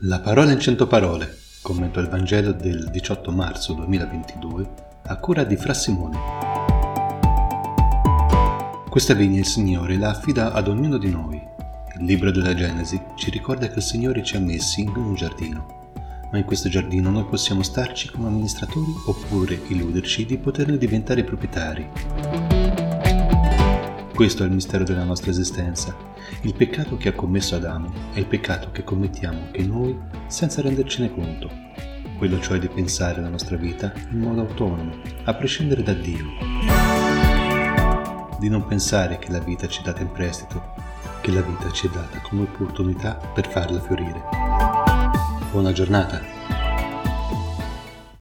La parola in 100 parole, commento il Vangelo del 18 marzo 2022, a cura di Fra Simone. Questa vigna il Signore la affida ad ognuno di noi. Il libro della Genesi ci ricorda che il Signore ci ha messi in un giardino, ma in questo giardino noi possiamo starci come amministratori oppure illuderci di poterne diventare proprietari. Questo è il mistero della nostra esistenza. Il peccato che ha commesso Adamo è il peccato che commettiamo anche noi senza rendercene conto. Quello cioè di pensare la nostra vita in modo autonomo, a prescindere da Dio. Di non pensare che la vita ci è data in prestito, che la vita ci è data come opportunità per farla fiorire. Buona giornata!